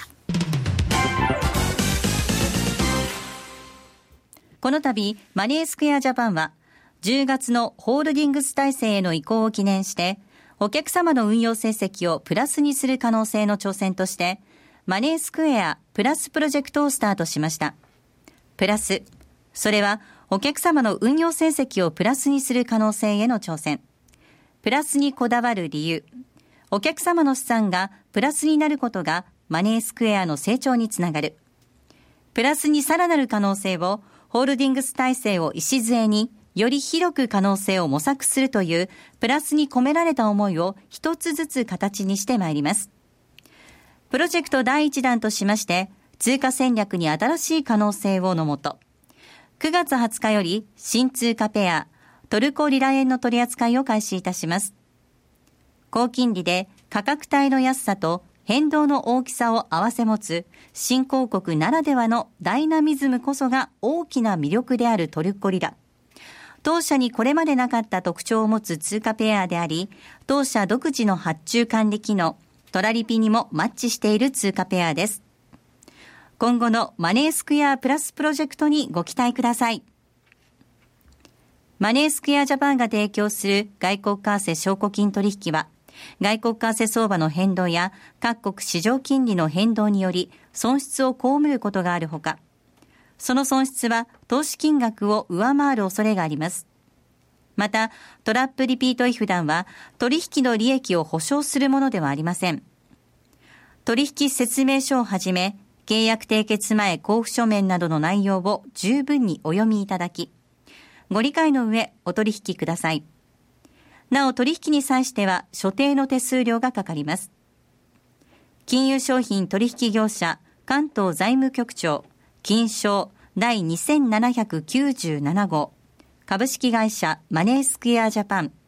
この度マネースクエアジャパンはじゅうがつのホールディングス体制への移行を記念してお客様の運用成績をプラスにする可能性の挑戦としてマネースクエアプラスプロジェクトをスタートしました。プラス、それはお客様の運用成績をプラスにする可能性への挑戦。プラスにこだわる理由、お客様の資産がプラスになることがマネースクエアの成長につながる。プラスにさらなる可能性をホールディングス体制を礎により広く可能性を模索するというプラスに込められた思いを一つずつ形にしてまいります。プロジェクトだいいち弾としまして通貨戦略に新しい可能性をのもと、くがつはつかより新通貨ペアトルコリラ円の取り扱いを開始いたします。高金利で価格帯の安さと変動の大きさを併せ持つ新興国ならではのダイナミズムこそが大きな魅力であるトルコリラ。当社にこれまでなかった特徴を持つ通貨ペアであり、当社独自の発注管理機能トラリピにもマッチしている通貨ペアです。今後のマネースクエアプラスプロジェクトにご期待ください。マネースクエアジャパンが提供する外国為替証拠金取引は、外国為替相場の変動や各国市場金利の変動により損失を被ることがあるほか、その損失は投資金額を上回る恐れがあります。また、トラップリピートイフ弾は取引の利益を保証するものではありません。取引説明書をはじめ、契約締結前交付書面などの内容を十分にお読みいただき、ご理解の上お取引ください。なお取引に際しては所定の手数料がかかります。金融商品取引業者関東財務局長金商第にせんななひゃくきゅうじゅうなな号株式会社マネースクエアジャパン。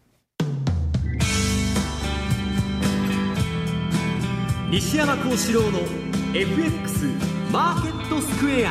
西山幸四郎の エフエックス マーケットスクエア。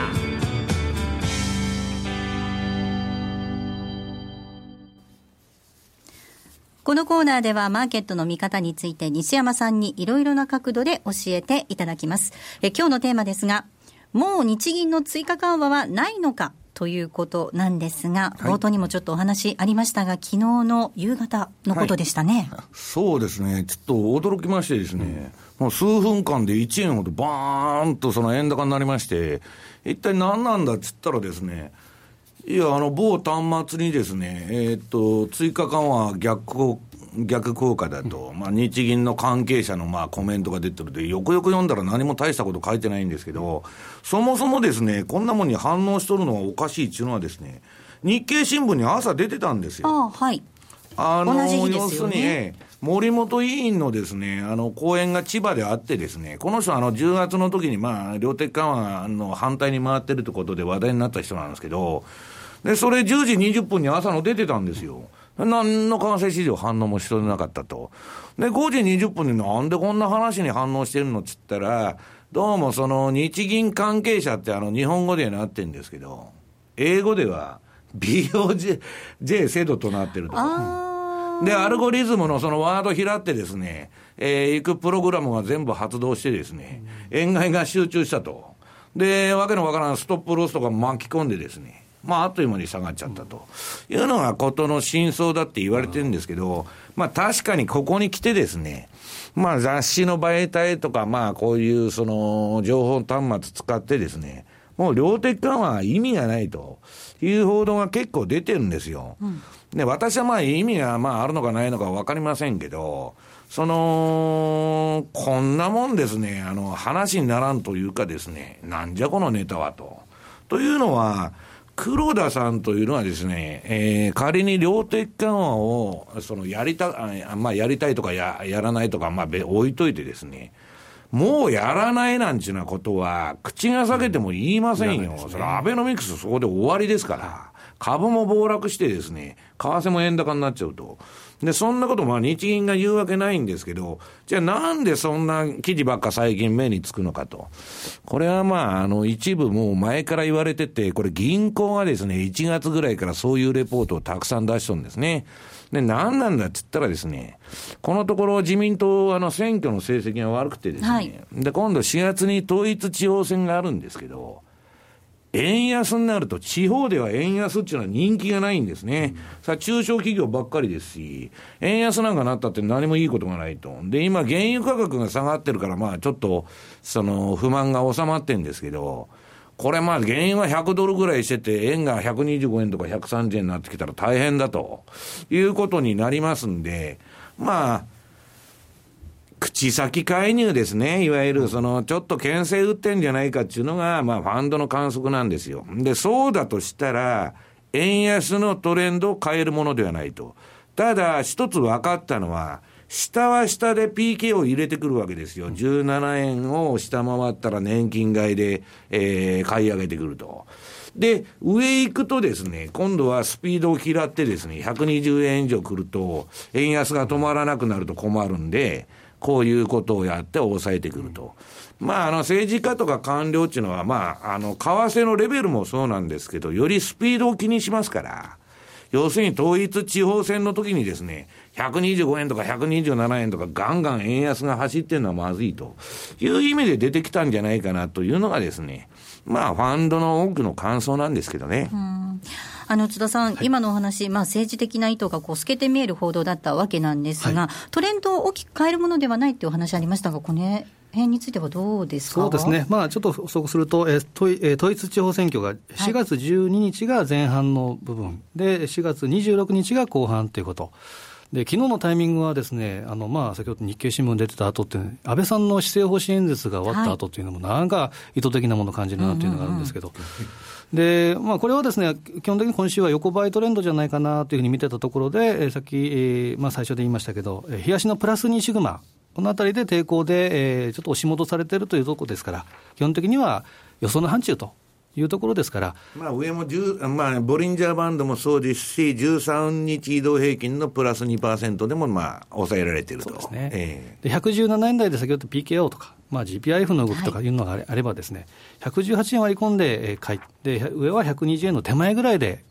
このコーナーではマーケットの見方について西山さんにいろいろな角度で教えていただきます。え今日のテーマですが、もう日銀の追加緩和はないのかということなんですが、冒頭にもちょっとお話ありましたが、昨日の夕方のことでしたね。 はい、そうですね、ちょっと驚きましてですね、うん、もう数分間でいちえんほどバーンとその円高になりまして、一体何なんだっつったらですね、いや、あの某端末にですね、えー、っと追加緩和逆逆効果だと、まあ、日銀の関係者のまあコメントが出てるで、よくよく読んだら何も大したこと書いてないんですけど、そもそもですね、こんなもんに反応しとるのはおかしいっていうのはですね、日経新聞に朝出てたんですよ。 あ、はい、 あの同じ日ですよね。 要するに、ええ、森本委員のですね、あの講演が千葉であってですね、この人はあのじゅうがつの時にまあ量的緩和の反対に回ってるということで話題になった人なんですけど、でそれじゅうじにじゅっぷんに朝の出てたんですよ。何の為替市場反応もしてなかったと。でごじにじゅっぷんになんでこんな話に反応してるのっつったら、どうもその日銀関係者ってあの日本語でなってるんですけど、英語では ビーオージェー 制度となってると。でアルゴリズムのそのワード拾ってですね、えー、いくプログラムが全部発動してですね、円買いが集中したと。でわけのわからんストップロスとか巻き込んでですね、まあ、あっという間に下がっちゃったというのがことの真相だって言われてるんですけど、まあ確かにここに来てですね、まあ雑誌の媒体とか、まあこういうその情報端末使ってですね、もう量的緩和は意味がないという報道が結構出てるんですよ。うん、で私はまあ意味がまああるのかないのか分かりませんけど、そのこんなもんですね、あの話にならんというかですね、なんじゃこのネタはと。というのは、黒田さんというのはですね、えー、仮に量的緩和をそのやりた、まあ、やりたいとか や, やらないとか、まあ、置いといてですね、もうやらないなんちゅうなことは口が裂けても言いませんよ。うん、それアベノミクスそこで終わりですから、株も暴落してですね、為替も円高になっちゃうと。でそんなことまあ日銀が言うわけないんですけど、じゃあなんでそんな記事ばっか最近目につくのかと。これはまああの一部もう前から言われてて、これ銀行がですねいちがつぐらいからそういうレポートをたくさん出しとるんですね。で何なんだっつったらですね、このところ自民党あの選挙の成績が悪くてですね、はい、で今度しがつに統一地方選があるんですけど、円安になると地方では円安っていうのは人気がないんですね。うん、さあ中小企業ばっかりですし、円安なんかなったって何もいいことがないと。で今原油価格が下がってるからまあちょっとその不満が収まってるんですけど、これまあ原油はひゃくドルぐらいしてて円がひゃくにじゅうごえんとかひゃくさんじゅうえんになってきたら大変だということになりますんで、まあ口先介入ですね。いわゆるそのちょっと牽制打ってんじゃないかっていうのがまあファンドの観測なんですよ。でそうだとしたら円安のトレンドを変えるものではないと。ただ一つ分かったのは、下は下で ピーケー を入れてくるわけですよ。じゅうななえんを下回ったら年金買いで、えー、買い上げてくると。で上行くとですね、今度はスピードを嫌ってですね、ひゃくにじゅうえん以上来ると円安が止まらなくなると困るんで、こういうことをやって抑えてくると。まあ、あの政治家とか官僚っていうのは、まあ、あの為替のレベルもそうなんですけど、よりスピードを気にしますから、要するに統一地方選の時にですね、ひゃくにじゅうごえんとかひゃくにじゅうななえんとかガンガン円安が走ってるのはまずいという意味で出てきたんじゃないかなというのがですね、まあファンドの多くの感想なんですけどね。 うん、あの津田さん、はい、今のお話、まあ、政治的な意図がこう透けて見える報道だったわけなんですが、はい、トレンドを大きく変えるものではないというお話ありましたが、この辺についてはどうですか。 そうですね、まあ、ちょっと補足すると、えー、統一地方選挙がしがつじゅうににちが前半の部分、はい、でしがつにじゅうろくにちが後半ということ。で昨日のタイミングはですね、あのまあ先ほど日経新聞出てた後って、ね、安倍さんの施政方針演説が終わった後というのも、なんか意図的なものを感じるなというのがあるんですけど、でまあ、これはですね、基本的に今週は横ばいトレンドじゃないかなというふうに見てたところで、えー、さっき、えーまあ、最初で言いましたけど、えー、日足のプラスにシグマ、このあたりで抵抗で、えー、ちょっと押し戻されているというところですから、基本的には予想の範疇というところですから、 まあ、上も10、まあ、ボリンジャーバンドもそうですし、じゅうさんにち移動平均のプラス にパーセント でもまあ抑えられていると。 そうですね、 えー、 でひゃくじゅうななえん台で先ほど ピーケーオー とか、まあ、ジーピーアイエフ の動きとかいうのがあればですね、はい、ひゃくじゅうはちえん割り込んで買いで、上はひゃくにじゅうえんの手前ぐらいで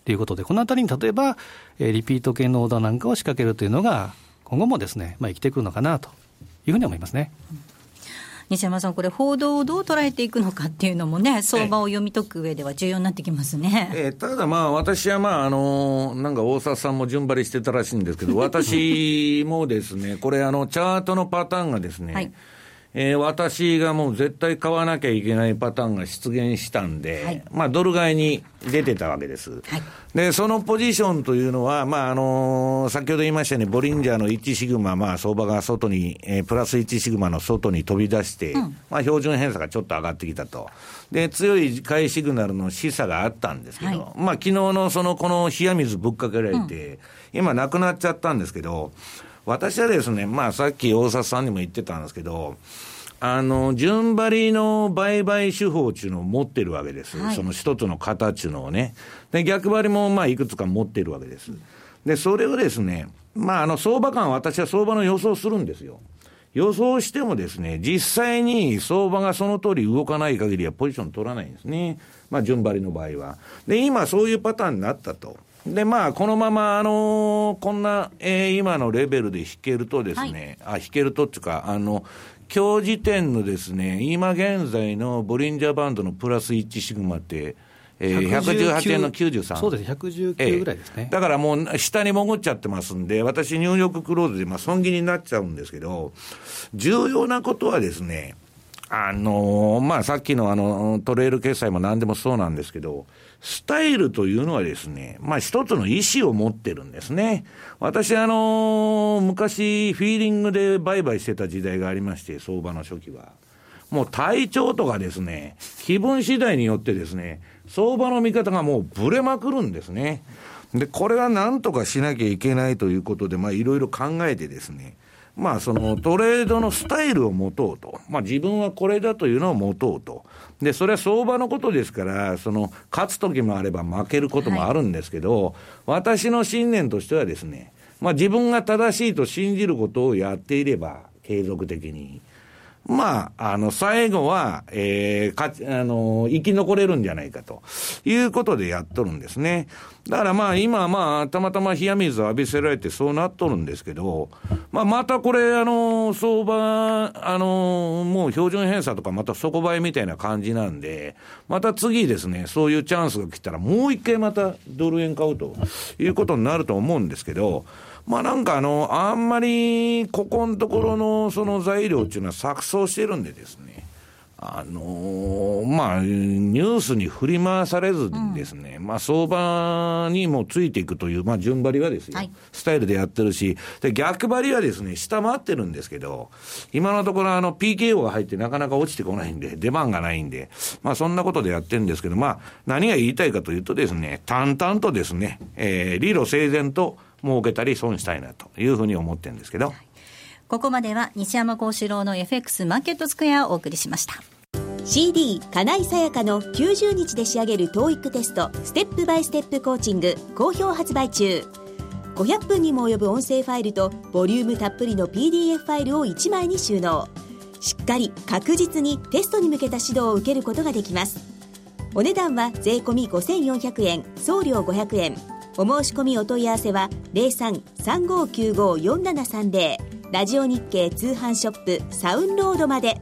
ということで、このあたりに例えば、えー、リピート系のオーダーなんかを仕掛けるというのが今後もですね、まあ、生きてくるのかなというふうに思いますね。 うん、西山さん、これ報道をどう捉えていくのかっていうのもね、相場を読み解く上では重要になってきますね。 えー、ただまあ私はまああのなんか大沢さんも順張りしてたらしいんですけど、私もですね、これあのチャートのパターンがですね、はい、えー、私がもう絶対買わなきゃいけないパターンが出現したんで、はい、まあドル買いに出てたわけです。はい、で、そのポジションというのは、まああのー、先ほど言いましたように、ボリンジャーのいちシグマ、まあ相場が外に、えー、プラスいちシグマの外に飛び出して、うん、まあ標準偏差がちょっと上がってきたと。で、強い買いシグナルの示唆があったんですけど、はい、まあ昨日のその、この冷や水ぶっかけられて、うん、今なくなっちゃったんですけど、私はですね、まあさっき大札さんにも言ってたんですけど、あの順張りの売買手法っていうのを持ってるわけです、はい、その一つの型っていうのをね。で逆張りもまあいくつか持ってるわけです。でそれをですね、まああの相場感、私は相場の予想するんですよ。予想してもですね、実際に相場がその通り動かない限りはポジション取らないんですね、まあ順張りの場合は。で今そういうパターンになったと。でまあこのままあのー、こんな、えー、今のレベルで引けるとですね、はい、あ引けるとっていうか、あの今日時点のですね、今現在のボリンジャーバンドのプラスいちシグマって、えー、ひゃくじゅうはちえんのきゅうじゅうさん。 そうです、ひゃくじゅうきゅうぐらいですね、 えー、だからもう下に潜っちゃってますんで、私ニューヨーククローズでまあ損切りになっちゃうんですけど、重要なことはですね、あのー、まあさっきのあのトレール決済も何でもそうなんですけど、スタイルというのはですね、まあ一つの意思を持ってるんですね。私あのー、昔フィーリングで売買してた時代がありまして、相場の初期はもう体調とかですね、気分次第によってですね、相場の見方がもうブレまくるんですね。でこれは何とかしなきゃいけないということで、まあいろいろ考えてですね、まあそのトレードのスタイルを持とうと、まあ自分はこれだというのを持とうと。でそれは相場のことですから、その勝つ時もあれば負けることもあるんですけど、はい、私の信念としてはですね、まあ自分が正しいと信じることをやっていれば継続的に、まあ、あの、最後は、えー、か、あの、生き残れるんじゃないかということでやっとるんですね。だからまあ、今まあ、たまたま冷や水を浴びせられてそうなっとるんですけど、まあ、またこれ、あの、相場、あの、もう標準偏差とかまた底ばいみたいな感じなんで、また次ですね、そういうチャンスが来たらもう一回またドル円買うということになると思うんですけど、まあなんかあの、あんまりここのところのその材料っていうのは錯綜してるんでですね、あのー、まあニュースに振り回されずにですね、うん、まあ相場にもついていくという、まあ順張りはですよ、はい、スタイルでやってるし、で逆張りはですね、下回ってるんですけど、今のところあの ピーケーオー が入ってなかなか落ちてこないんで、出番がないんで、まあそんなことでやってるんですけど、まあ何が言いたいかというとですね、淡々とですね、えー、理路整然と儲けたり損したいなというふうに思ってるんですけど、はい、 ここまでは西山幸四郎の エフエックス マーケットスクエアをお送りしました。 シーディー 金井さやかのきゅうじゅうにちで仕上げる トーイック テストステップバイステップコーチング好評発売中。ごひゃっぷんにも及ぶ音声ファイルとボリュームたっぷりの ピーディーエフ ファイルをいちまいに収納。しっかり確実にテストに向けた指導を受けることができます。お値段は税込みごせんよんひゃくえん、送料ごひゃくえん。お申し込みお問い合わせは ゼロさん さんごきゅうご よんななさんゼロ ラジオ日経通販ショップサウンロードまで。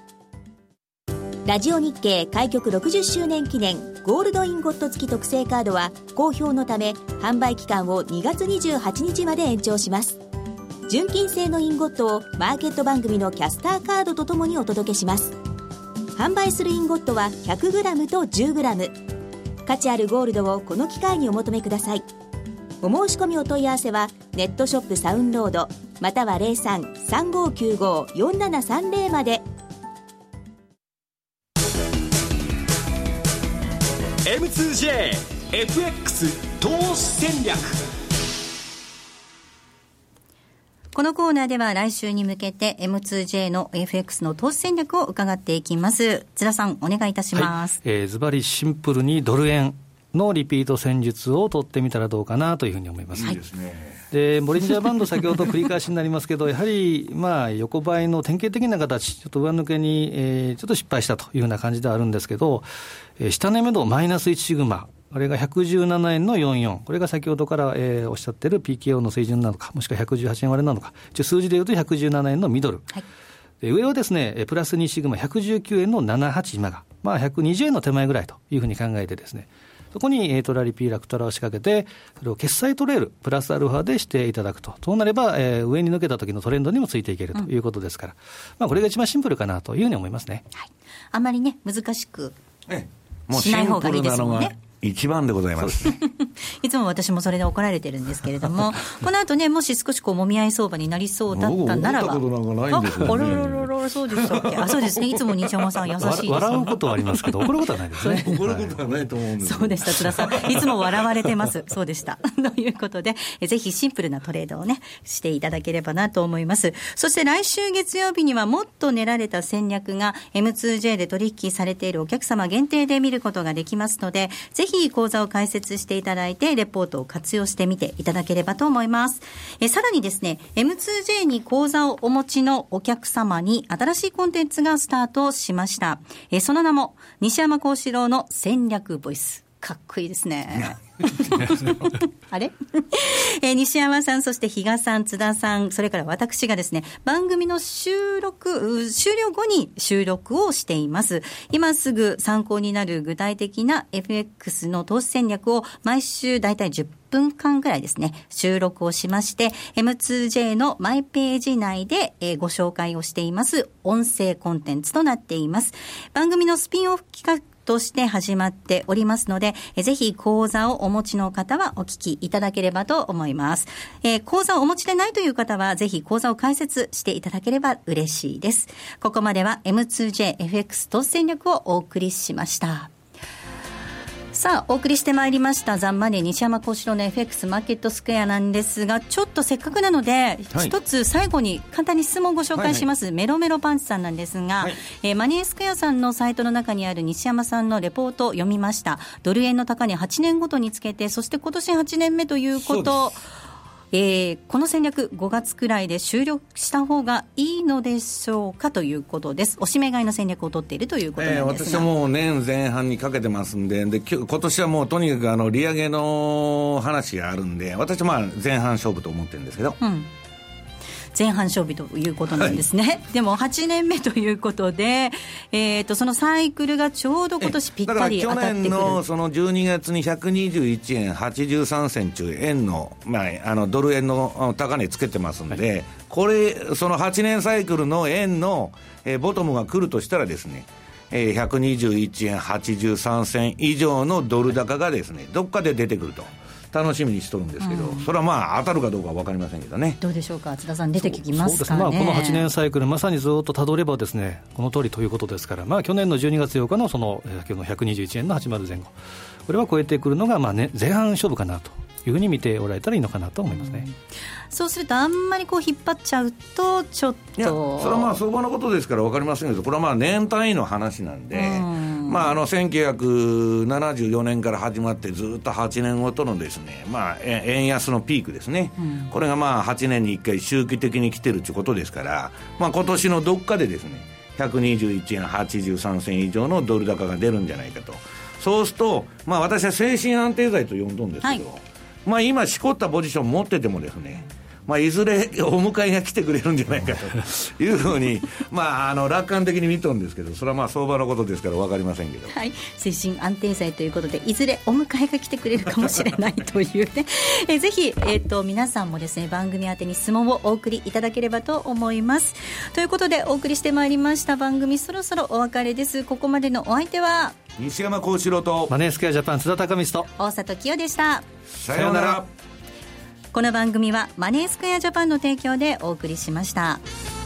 ラジオ日経開局ろくじゅっしゅうねん記念ゴールドインゴット付き特製カードは好評のため販売期間をにがつにじゅうはちにちまで延長します。純金製のインゴットをマーケット番組のキャスターカードとともにお届けします。販売するインゴットは ひゃくグラム と じゅうグラム。価値あるゴールドをこの機会にお求めください。お申し込みお問い合わせはネットショップサウンロードまたは ゼロさん さんごきゅうご よんななさんゼロ まで。 エムツージェーエフエックス 投資戦略。 このコーナーでは来週に向けて エムツージェー の エフエックス の投資戦略を伺っていきます。津田さんお願いいたします。 はい、えー、ズバリシンプルにドル円のリピート戦術を取ってみたらどうかなというふうに思います。 いいですね。 でボリンジャーバンド先ほど繰り返しになりますけどやはりまあ横ばいの典型的な形、ちょっと上抜けに、えー、ちょっと失敗したというような感じではあるんですけど、えー、下値目のマイナスいちシグマこれがひゃくじゅうななえんのよんじゅうよん、これが先ほどから、えー、おっしゃっている ピーケーオー の水準なのか、もしくはひゃくじゅうはちえん割れなのか、一応数字でいうとひゃくじゅうななえんのミドル、はい、で上はですねプラスにシグマひゃくじゅうきゅうえんのななじゅうはち、今が、まあ、ひゃくにじゅうえんの手前ぐらいというふうに考えてですね、そこに、えー、トラリピーラクトラを仕掛けて、それを決済トレールプラスアルファでしていただくと、そうなれば、えー、上に抜けた時のトレンドにもついていけるということですから、うん、まあ、これが一番シンプルかなというふうに思いますね、 はい、あまりね難しくしない方がいいですもんね。 一番でございます。 いつも私もそれで怒られてるんですけれども、この後ね、もし少しこうもみ合い相場になりそうだったならば、 僕思ったことなんかないんですよね。 あららららら、そうでしたっけ。あ、そうですね。いつも西山さん優しいですよね。 笑うことはありますけど怒ることはないですね。 怒ることはないと思うんです。 そうでした、津田さん。いつも笑われてます。そうでした。ということで、ぜひシンプルなトレードをねしていただければなと思います。そして来週月曜日にはもっと練られた戦略が エムツージェー で取引されているお客様限定で見ることができますので、ぜひ講座を開設していただいてレポートを活用してみていただければと思います。えさらにですね エムツージェー に講座をお持ちのお客様に新しいコンテンツがスタートしました。えその名も西山幸四郎の戦略ボイス。かっこいいですね。あれえー、西山さん、そして比嘉さん、津田さん、それから私がですね、番組の収録、終了後に収録をしています。今すぐ参考になる具体的な エフエックス の投資戦略を毎週だいたいじゅっぷんかんぐらいですね、収録をしまして、エムツージェー のマイページ内で、えー、ご紹介をしています音声コンテンツとなっています。番組のスピンオフ企画として始まっておりますので、えぜひ講座をお持ちの方はお聞きいただければと思います。えー、講座をお持ちでないという方はぜひ講座を開設していただければ嬉しいです。ここまでは エムツージェーエフエックス 投資戦略をお送りしました。さあお送りしてまいりましたザンマネー西山幸四郎の エフエックス マーケットスクエアなんですが、ちょっとせっかくなので一、はい、つ最後に簡単に質問をご紹介します、はいはい、メロメロパンチさんなんですが、はい、えー、マネースクエアさんのサイトの中にある西山さんのレポートを読みました。ドル円の高値はちねんごとにつけて、そして今年はちねんめということ、えー、この戦略ごがつくらいで終了した方がいいのでしょうかということです。おしめ買いの戦略を取っているということなんですが、えー、 私はもう年前半にかけてますんで、で今年はもうとにかくあの利上げの話があるんで、私はまあ前半勝負と思ってるんですけど、うん、 前半勝負ということなんですね、はい、でもはちねんめということで、えー、とそのサイクルがちょうど今年ぴったり当たってくる。だから去年のそのじゅうにがつにひゃくにじゅういちえんはちじゅうさんせん中円の、まあ、あのドル円の高値つけてますんで、はい、これそのはちねんサイクルの円の、えー、ボトムが来るとしたらですね、えー、ひゃくにじゅういちえんはちじゅうさんせん以上のドル高がですねどっかで出てくると楽しみにしとるんですけど、うん、それはまあ当たるかどうかは分かりませんけどね。 どうでしょうか、津田さん出てきますかね。そうですね、まあ、 このはちねんサイクルまさにずっとたどればですねこの通りということですから、まあ、去年のじゅうにがつようかのその先ほどのひゃくにじゅういちえんのはちじゅう前後、これは超えてくるのがまあ、ね、前半勝負かなというふうに見ておられたらいいのかなと思いますね、うん、 そうするとあんまりこう引っ張っちゃうとちょっと、いやそれはまあ相場のことですから分かりませんけど、これはまあ年単位の話なんで、うんまあ、あのせんきゅうひゃくななじゅうよねんから始まってずっとはちねんごとのですね、まあ、円安のピークですね、うん、これがまあはちねんにいっかい周期的に来てるということですから、まあ、今年のどっかでですねひゃくにじゅういちえんはちじゅうさんせん以上のドル高が出るんじゃないかと。そうすると、まあ、私は精神安定剤と呼んどんですけど、はい、まあ、今しこったポジション持っててもですね、まあ、いずれお迎えが来てくれるんじゃないかというふうに、まあ、あの楽観的に見とるんですけど、それはまあ相場のことですから分かりませんけど、 はい、精神安定剤ということでいずれお迎えが来てくれるかもしれないというねえぜひ、えー、と皆さんもですね番組宛てに質問をお送りいただければと思います。ということでお送りしてまいりました番組そろそろお別れです。ここまでのお相手は西山幸四郎とマネースクエアジャパン津田隆光と大里清でした。 さようなら。 この番組はマネースクエアジャパンの提供でお送りしました。